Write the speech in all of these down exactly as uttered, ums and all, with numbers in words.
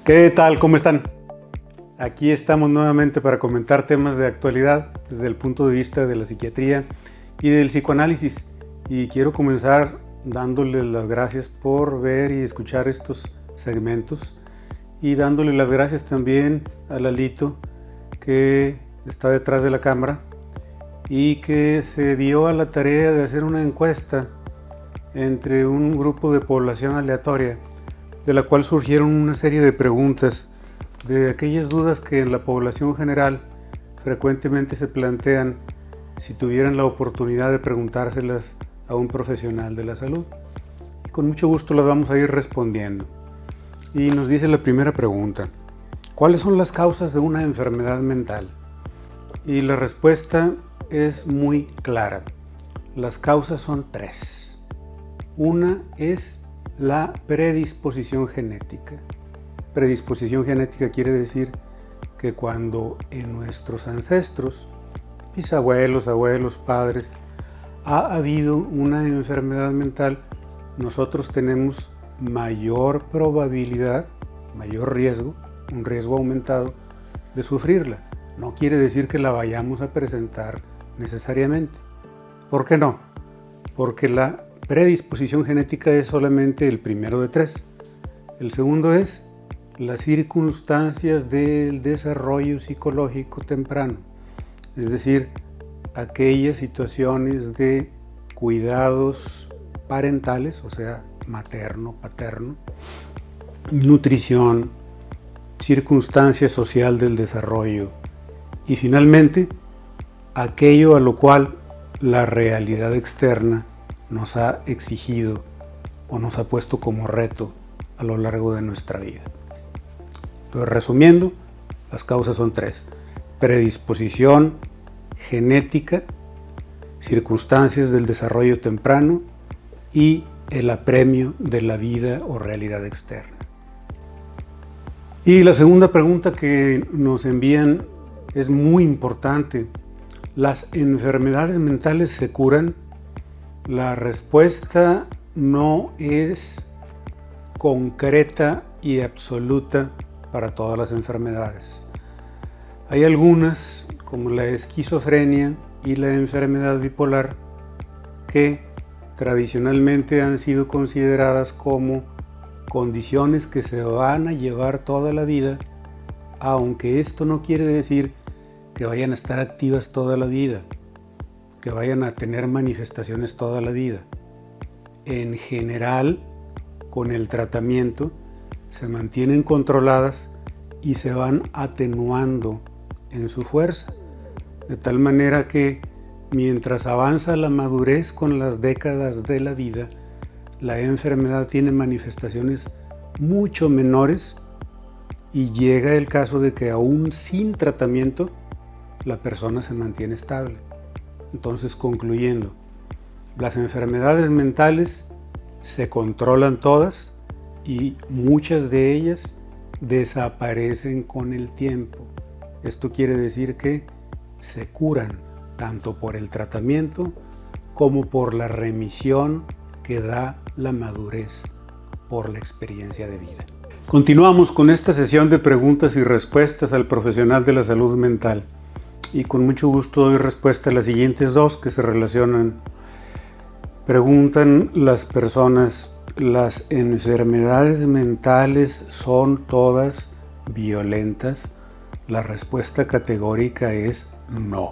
¿Qué tal? ¿Cómo están? Aquí estamos nuevamente para comentar temas de actualidad desde el punto de vista de la psiquiatría y del psicoanálisis. Y quiero comenzar dándoles las gracias por ver y escuchar estos segmentos y dándole las gracias también a Lalito, que está detrás de la cámara y que se dio a la tarea de hacer una encuesta entre un grupo de población aleatoria, de la cual surgieron una serie de preguntas de aquellas dudas que en la población general frecuentemente se plantean si tuvieran la oportunidad de preguntárselas a un profesional de la salud. Y con mucho gusto las vamos a ir respondiendo. Y nos dice la primera pregunta: ¿cuáles son las causas de una enfermedad mental? Y la respuesta es muy clara. Las causas son tres. Una es la predisposición genética. Predisposición genética quiere decir que cuando en nuestros ancestros, bisabuelos, abuelos, padres, ha habido una enfermedad mental, nosotros tenemos mayor probabilidad, mayor riesgo, un riesgo aumentado de sufrirla. No quiere decir que la vayamos a presentar necesariamente. ¿Por qué no? Porque la predisposición genética es solamente el primero de tres. El segundo es las circunstancias del desarrollo psicológico temprano, es decir, aquellas situaciones de cuidados parentales, o sea, materno, paterno, nutrición, circunstancia social del desarrollo y finalmente aquello a lo cual la realidad externa nos ha exigido o nos ha puesto como reto a lo largo de nuestra vida. Entonces, resumiendo, las causas son tres: predisposición genética, circunstancias del desarrollo temprano y el apremio de la vida o realidad externa. Y la segunda pregunta que nos envían es muy importante: ¿las enfermedades mentales se curan? La respuesta no es concreta y absoluta para todas las enfermedades. Hay algunas, como la esquizofrenia y la enfermedad bipolar, que tradicionalmente han sido consideradas como condiciones que se van a llevar toda la vida, aunque esto no quiere decir que vayan a estar activas toda la vida, que vayan a tener manifestaciones toda la vida. En general, con el tratamiento, se mantienen controladas y se van atenuando en su fuerza, de tal manera que mientras avanza la madurez con las décadas de la vida, la enfermedad tiene manifestaciones mucho menores y llega el caso de que aún sin tratamiento la persona se mantiene estable. Entonces, concluyendo, las enfermedades mentales se controlan todas y muchas de ellas desaparecen con el tiempo. Esto quiere decir que se curan tanto por el tratamiento como por la remisión que da la madurez por la experiencia de vida. Continuamos con esta sesión de preguntas y respuestas al profesional de la salud mental. Y con mucho gusto doy respuesta a las siguientes dos que se relacionan. Preguntan las personas: ¿las enfermedades mentales son todas violentas? La respuesta categórica es no.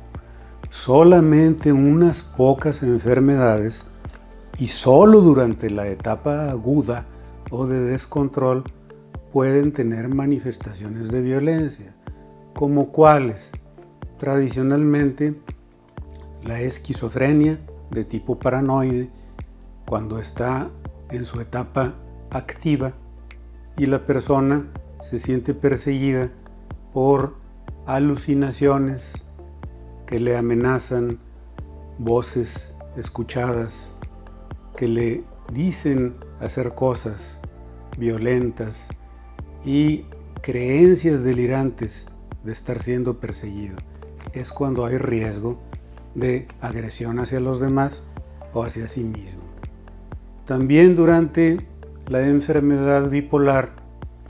Solamente unas pocas enfermedades, y solo durante la etapa aguda o de descontrol, pueden tener manifestaciones de violencia. ¿Como cuáles? Tradicionalmente, la esquizofrenia de tipo paranoide, cuando está en su etapa activa y la persona se siente perseguida por alucinaciones que le amenazan, voces escuchadas que le dicen hacer cosas violentas y creencias delirantes de estar siendo perseguido. Es cuando hay riesgo de agresión hacia los demás o hacia sí mismo. También durante la enfermedad bipolar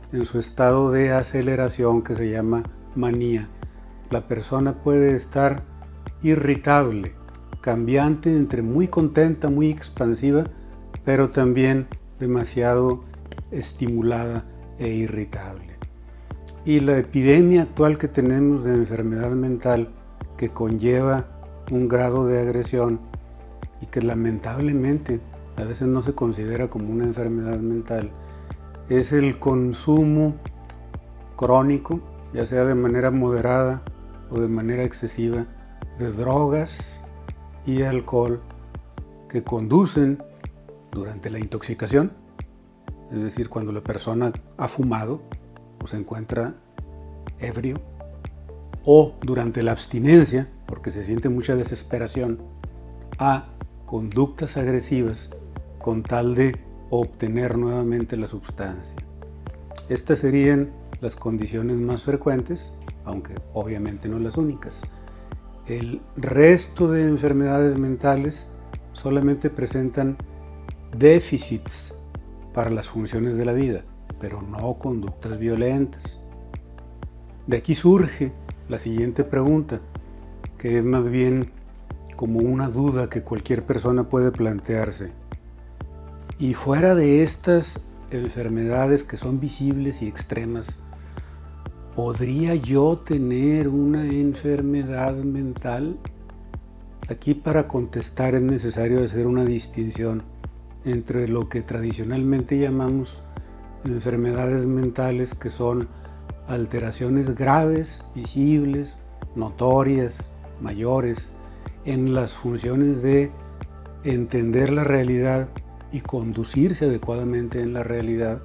en su estado de aceleración que se llama manía. La persona puede estar irritable, cambiante entre muy contenta, muy expansiva, pero también demasiado estimulada e irritable. Y la epidemia actual que tenemos de enfermedad mental, que conlleva un grado de agresión y que lamentablemente a veces no se considera como una enfermedad mental, es el consumo crónico, ya sea de manera moderada o de manera excesiva, de drogas y alcohol que conducen durante la intoxicación, es decir, cuando la persona ha fumado o se encuentra ebrio, o durante la abstinencia, porque se siente mucha desesperación, a conductas agresivas con tal de obtener nuevamente la sustancia. Estas serían las condiciones más frecuentes, aunque obviamente no las únicas. El resto de enfermedades mentales solamente presentan déficits para las funciones de la vida, pero no conductas violentas. De aquí surge la siguiente pregunta, que es más bien como una duda que cualquier persona puede plantearse. Y fuera de estas enfermedades que son visibles y extremas, ¿podría yo tener una enfermedad mental? Aquí, para contestar, es necesario hacer una distinción entre lo que tradicionalmente llamamos enfermedades mentales, que son alteraciones graves, visibles, notorias, mayores, en las funciones de entender la realidad y conducirse adecuadamente en la realidad,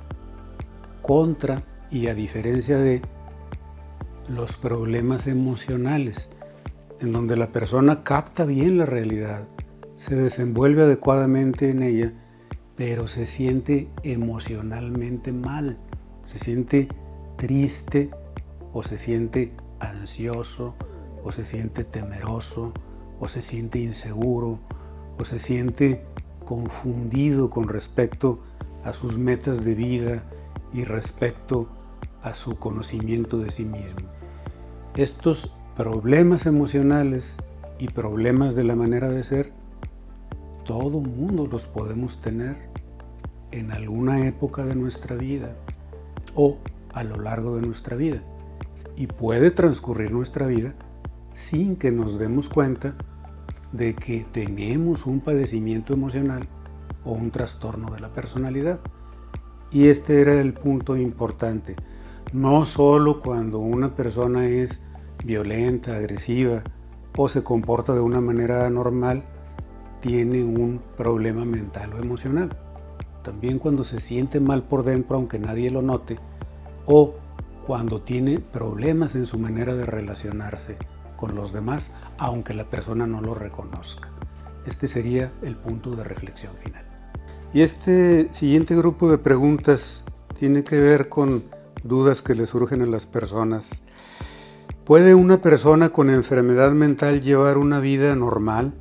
contra y a diferencia de los problemas emocionales, en donde la persona capta bien la realidad, se desenvuelve adecuadamente en ella, pero se siente emocionalmente mal, se siente triste o se siente ansioso o se siente temeroso o se siente inseguro o se siente confundido con respecto a sus metas de vida y respecto a su conocimiento de sí mismo. Estos problemas emocionales y problemas de la manera de ser, todo mundo los podemos tener en alguna época de nuestra vida o a lo largo de nuestra vida, y puede transcurrir nuestra vida sin que nos demos cuenta de que tenemos un padecimiento emocional o un trastorno de la personalidad. Y este era el punto importante. No solo cuando una persona es violenta, agresiva o se comporta de una manera anormal, tiene un problema mental o emocional. También cuando se siente mal por dentro, aunque nadie lo note, o cuando tiene problemas en su manera de relacionarse con los demás, aunque la persona no lo reconozca. Este sería el punto de reflexión final. Y este siguiente grupo de preguntas tiene que ver con dudas que le surgen a las personas. ¿Puede una persona con enfermedad mental llevar una vida normal?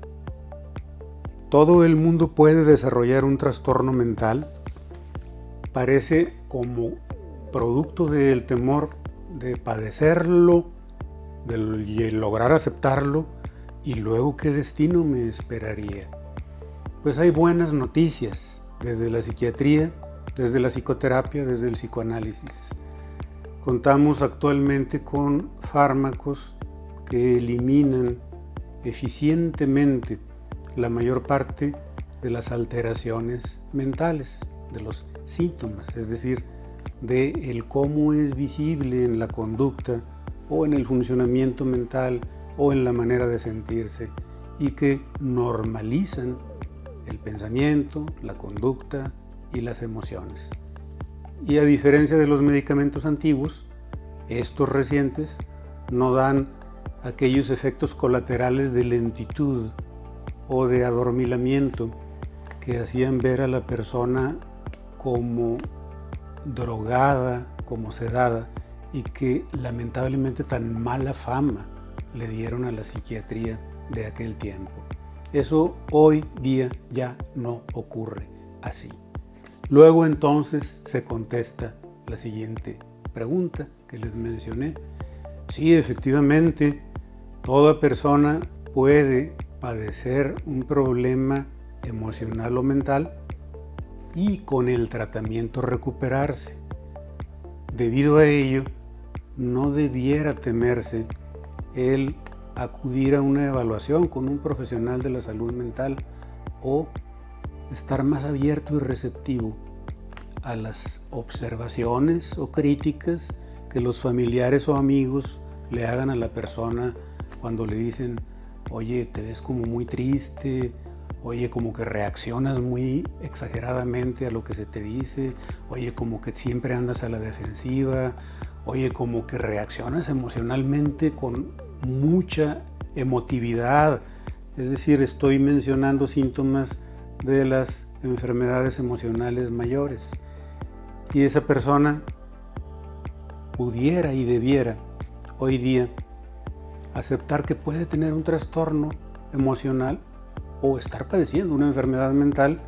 ¿Todo el mundo puede desarrollar un trastorno mental? Parece como producto del temor de padecerlo, de lograr aceptarlo, y luego ¿qué destino me esperaría? Pues hay buenas noticias desde la psiquiatría, desde la psicoterapia, desde el psicoanálisis. Contamos actualmente con fármacos que eliminan eficientemente la mayor parte de las alteraciones mentales, de los síntomas, es decir, de el cómo es visible en la conducta o en el funcionamiento mental o en la manera de sentirse, y que normalizan el pensamiento, la conducta y las emociones. Y a diferencia de los medicamentos antiguos, estos recientes no dan aquellos efectos colaterales de lentitud o de adormilamiento que hacían ver a la persona como drogada, como sedada, y que lamentablemente tan mala fama le dieron a la psiquiatría de aquel tiempo. Eso hoy día ya no ocurre así. Luego entonces se contesta la siguiente pregunta que les mencioné. Sí, efectivamente, toda persona puede padecer un problema emocional o mental y con el tratamiento recuperarse. Debido a ello, no debiera temerse el acudir a una evaluación con un profesional de la salud mental o estar más abierto y receptivo a las observaciones o críticas que los familiares o amigos le hagan a la persona cuando le dicen: oye, te ves como muy triste, oye, como que reaccionas muy exageradamente a lo que se te dice, oye, como que siempre andas a la defensiva, oye, como que reaccionas emocionalmente con mucha emotividad. Es decir, estoy mencionando síntomas de las enfermedades emocionales mayores. Y esa persona pudiera y debiera hoy día aceptar que puede tener un trastorno emocional o estar padeciendo una enfermedad mental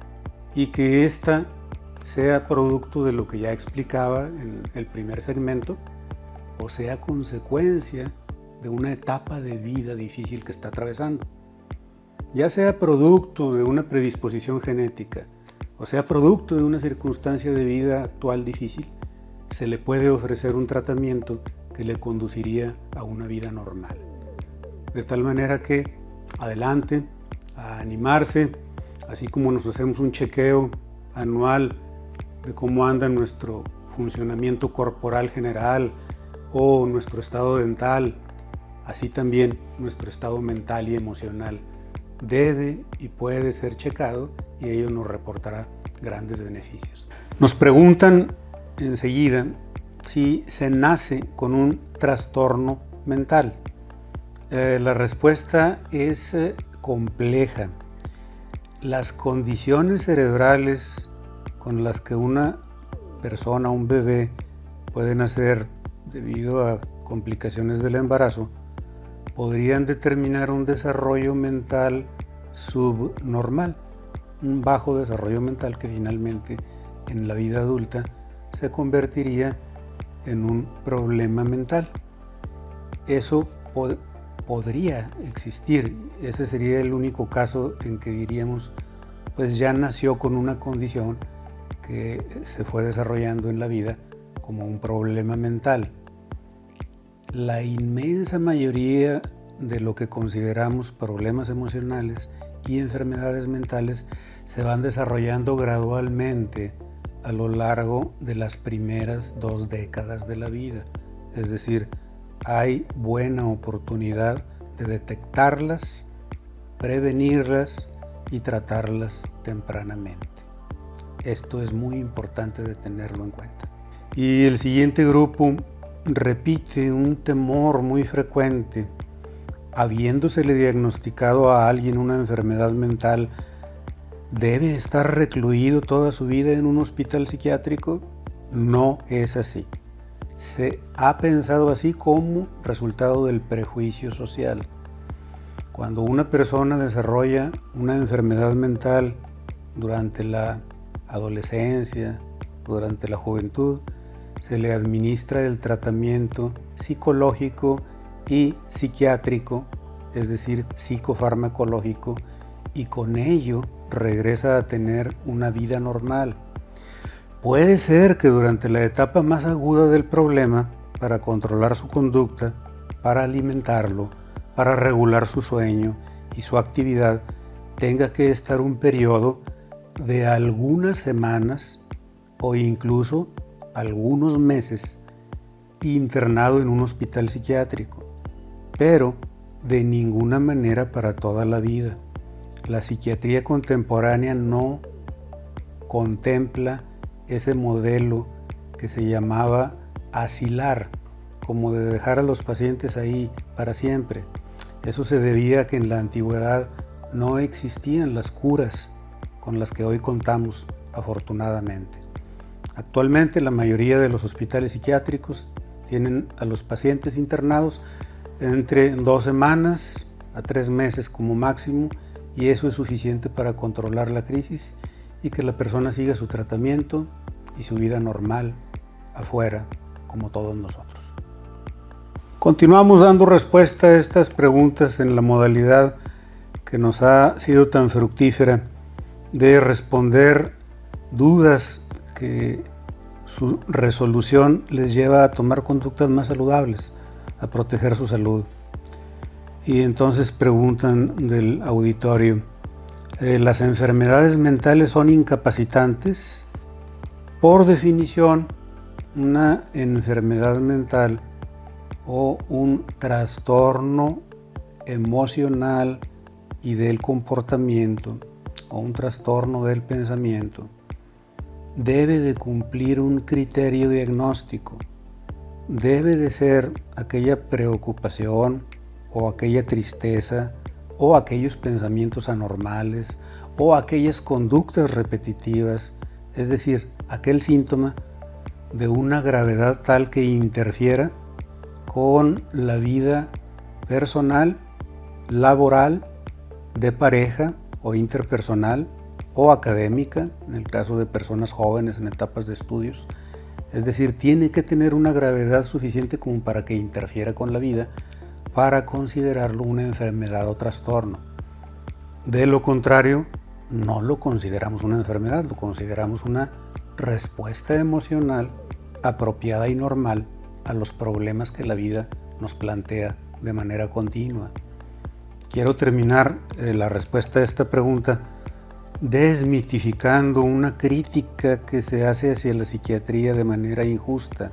y que ésta sea producto de lo que ya explicaba en el primer segmento o sea consecuencia de una etapa de vida difícil que está atravesando. Ya sea producto de una predisposición genética o sea producto de una circunstancia de vida actual difícil, se le puede ofrecer un tratamiento que le conduciría a una vida normal. De tal manera que adelante, a animarse, así como nos hacemos un chequeo anual de cómo anda nuestro funcionamiento corporal general o nuestro estado dental, así también nuestro estado mental y emocional debe y puede ser checado y ello nos reportará grandes beneficios. Nos preguntan enseguida si se nace con un trastorno mental. Eh, la respuesta es eh, compleja. Las condiciones cerebrales con las que una persona, un bebé, puede nacer debido a complicaciones del embarazo, podrían determinar un desarrollo mental subnormal, un bajo desarrollo mental que finalmente en la vida adulta se convertiría en un problema mental. Eso pod- podría existir, ese sería el único caso en que diríamos, pues ya nació con una condición que se fue desarrollando en la vida como un problema mental. La inmensa mayoría de lo que consideramos problemas emocionales y enfermedades mentales se van desarrollando gradualmente a lo largo de las primeras dos décadas de la vida. Es decir, hay buena oportunidad de detectarlas, prevenirlas y tratarlas tempranamente. Esto es muy importante de tenerlo en cuenta. Y el siguiente grupo repite un temor muy frecuente. Habiéndosele diagnosticado a alguien una enfermedad mental, ¿debe estar recluido toda su vida en un hospital psiquiátrico? No es así. Se ha pensado así como resultado del prejuicio social. Cuando una persona desarrolla una enfermedad mental durante la adolescencia, durante la juventud, se le administra el tratamiento psicológico y psiquiátrico, es decir, psicofarmacológico, y con ello regresa a tener una vida normal. Puede ser que durante la etapa más aguda del problema, para controlar su conducta, para alimentarlo, para regular su sueño y su actividad, tenga que estar un periodo de algunas semanas o incluso algunos meses internado en un hospital psiquiátrico, pero de ninguna manera para toda la vida. La psiquiatría contemporánea no contempla ese modelo que se llamaba asilar, como de dejar a los pacientes ahí para siempre. Eso se debía a que en la antigüedad no existían las curas con las que hoy contamos, afortunadamente. Actualmente la mayoría de los hospitales psiquiátricos tienen a los pacientes internados entre dos semanas a tres meses como máximo, y eso es suficiente para controlar la crisis y que la persona siga su tratamiento y su vida normal afuera, como todos nosotros. Continuamos dando respuesta a estas preguntas en la modalidad que nos ha sido tan fructífera de responder dudas que su resolución les lleva a tomar conductas más saludables, a proteger su salud. Y entonces preguntan del auditorio, eh, ¿las enfermedades mentales son incapacitantes? Por definición, una enfermedad mental o un trastorno emocional y del comportamiento o un trastorno del pensamiento debe de cumplir un criterio diagnóstico. Debe de ser aquella preocupación o aquella tristeza o aquellos pensamientos anormales o aquellas conductas repetitivas, es decir, aquel síntoma de una gravedad tal que interfiera con la vida personal, laboral, de pareja o interpersonal o académica, en el caso de personas jóvenes en etapas de estudios. Es decir, tiene que tener una gravedad suficiente como para que interfiera con la vida para considerarlo una enfermedad o trastorno. De lo contrario, no lo consideramos una enfermedad, lo consideramos una respuesta emocional apropiada y normal a los problemas que la vida nos plantea de manera continua. Quiero terminar eh, la respuesta a esta pregunta desmitificando una crítica que se hace hacia la psiquiatría de manera injusta.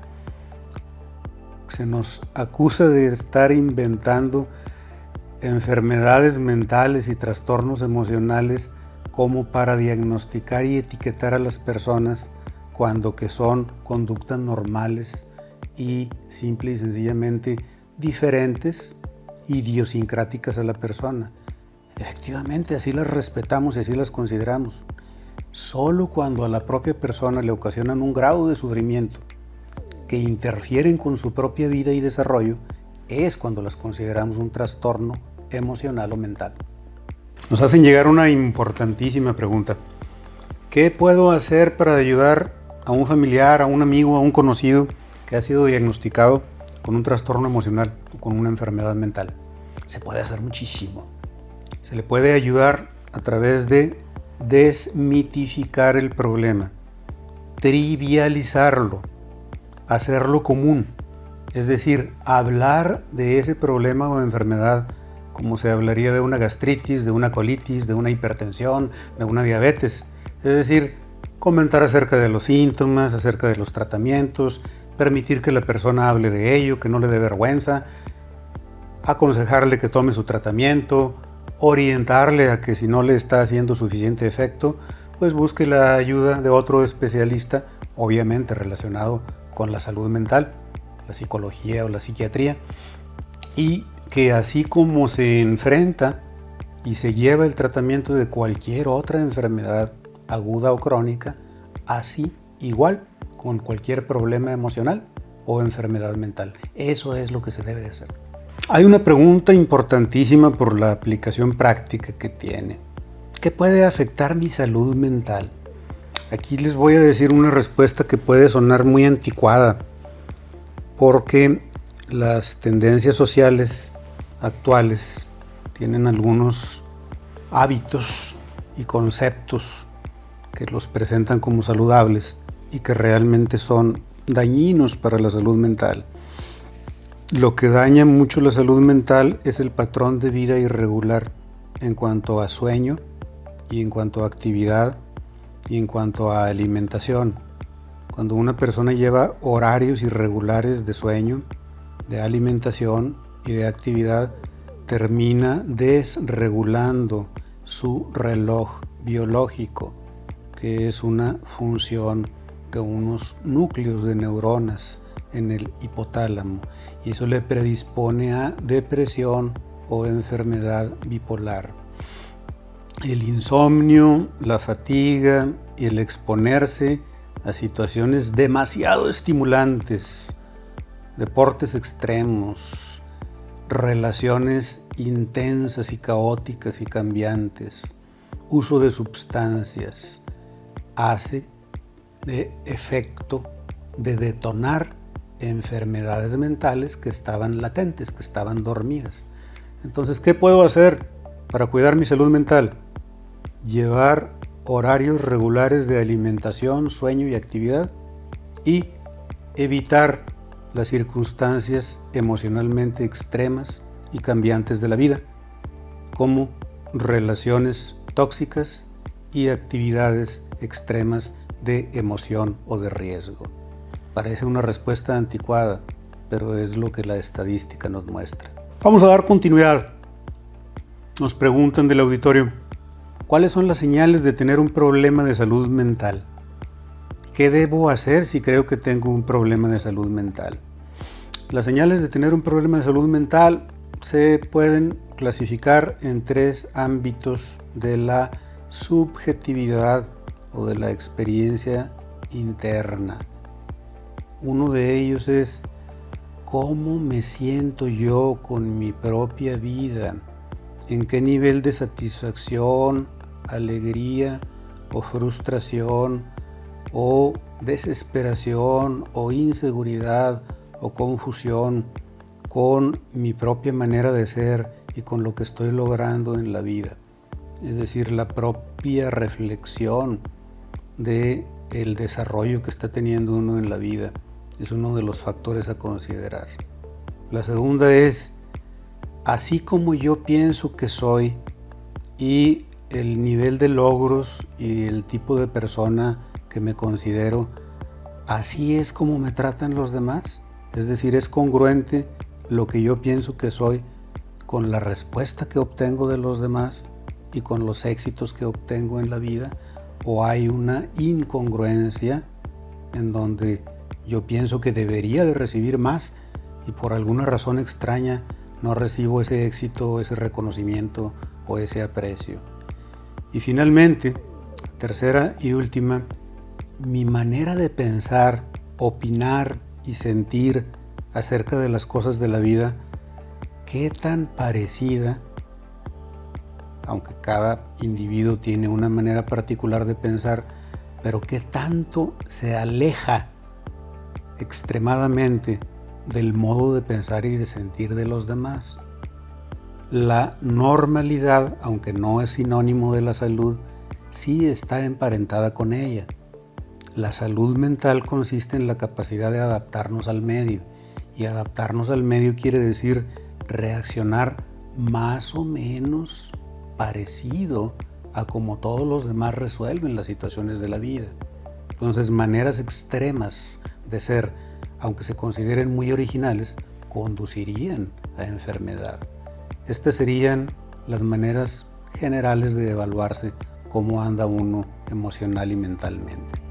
Se nos acusa de estar inventando enfermedades mentales y trastornos emocionales como para diagnosticar y etiquetar a las personas cuando que son conductas normales y simple y sencillamente diferentes, idiosincráticas a la persona. Efectivamente, así las respetamos y así las consideramos. Solo cuando a la propia persona le ocasionan un grado de sufrimiento que interfieren con su propia vida y desarrollo, es cuando las consideramos un trastorno emocional o mental. Nos hacen llegar una importantísima pregunta. ¿Qué puedo hacer para ayudar a un familiar, a un amigo, a un conocido que ha sido diagnosticado con un trastorno emocional o con una enfermedad mental? Se puede hacer muchísimo. Se le puede ayudar a través de desmitificar el problema, trivializarlo, hacerlo común, es decir, hablar de ese problema o enfermedad como se hablaría de una gastritis, de una colitis, de una hipertensión, de una diabetes. Es decir, comentar acerca de los síntomas, acerca de los tratamientos, permitir que la persona hable de ello, que no le dé vergüenza, aconsejarle que tome su tratamiento, orientarle a que si no le está haciendo suficiente efecto, pues busque la ayuda de otro especialista, obviamente relacionado con la salud mental, la psicología o la psiquiatría, y que así como se enfrenta y se lleva el tratamiento de cualquier otra enfermedad aguda o crónica, así igual con cualquier problema emocional o enfermedad mental. Eso es lo que se debe de hacer. Hay una pregunta importantísima por la aplicación práctica que tiene. ¿Qué puede afectar mi salud mental? Aquí les voy a decir una respuesta que puede sonar muy anticuada, porque las tendencias sociales actuales tienen algunos hábitos y conceptos que los presentan como saludables y que realmente son dañinos para la salud mental. Lo que daña mucho la salud mental es el patrón de vida irregular en cuanto a sueño y en cuanto a actividad y en cuanto a alimentación. Cuando una persona lleva horarios irregulares de sueño, de alimentación y de actividad, termina desregulando su reloj biológico, que es una función de unos núcleos de neuronas en el hipotálamo, y eso le predispone a depresión o enfermedad bipolar. El insomnio, la fatiga y el exponerse a situaciones demasiado estimulantes, deportes extremos, relaciones intensas y caóticas y cambiantes, uso de sustancias, hace de efecto de detonar enfermedades mentales que estaban latentes, que estaban dormidas. Entonces, ¿qué puedo hacer para cuidar mi salud mental? Llevar horarios regulares de alimentación, sueño y actividad y evitar las circunstancias emocionalmente extremas y cambiantes de la vida, como relaciones tóxicas y actividades extremas de emoción o de riesgo. Parece una respuesta anticuada, pero es lo que la estadística nos muestra. Vamos a dar continuidad. Nos preguntan del auditorio, ¿cuáles son las señales de tener un problema de salud mental? ¿Qué debo hacer si creo que tengo un problema de salud mental? Las señales de tener un problema de salud mental se pueden clasificar en tres ámbitos de la subjetividad o de la experiencia interna. Uno de ellos es cómo me siento yo con mi propia vida, en qué nivel de satisfacción, alegría o frustración o desesperación o inseguridad o confusión con mi propia manera de ser y con lo que estoy logrando en la vida. Es decir, la propia reflexión de el desarrollo que está teniendo uno en la vida es uno de los factores a considerar. La segunda es, así como yo pienso que soy y el nivel de logros y el tipo de persona que me considero, ¿así es como me tratan los demás? Es decir, ¿es congruente lo que yo pienso que soy con la respuesta que obtengo de los demás y con los éxitos que obtengo en la vida? ¿O hay una incongruencia en donde yo pienso que debería de recibir más y por alguna razón extraña no recibo ese éxito, ese reconocimiento o ese aprecio? Y finalmente, tercera y última, mi manera de pensar, opinar y sentir acerca de las cosas de la vida, ¿qué tan parecida, aunque cada individuo tiene una manera particular de pensar, pero qué tanto se aleja extremadamente del modo de pensar y de sentir de los demás? La normalidad, aunque no es sinónimo de la salud, sí está emparentada con ella. La salud mental consiste en la capacidad de adaptarnos al medio, y adaptarnos al medio quiere decir reaccionar más o menos parecido a como todos los demás resuelven las situaciones de la vida. Entonces, maneras extremas de ser, aunque se consideren muy originales, conducirían a enfermedad. Estas serían las maneras generales de evaluarse cómo anda uno emocional y mentalmente.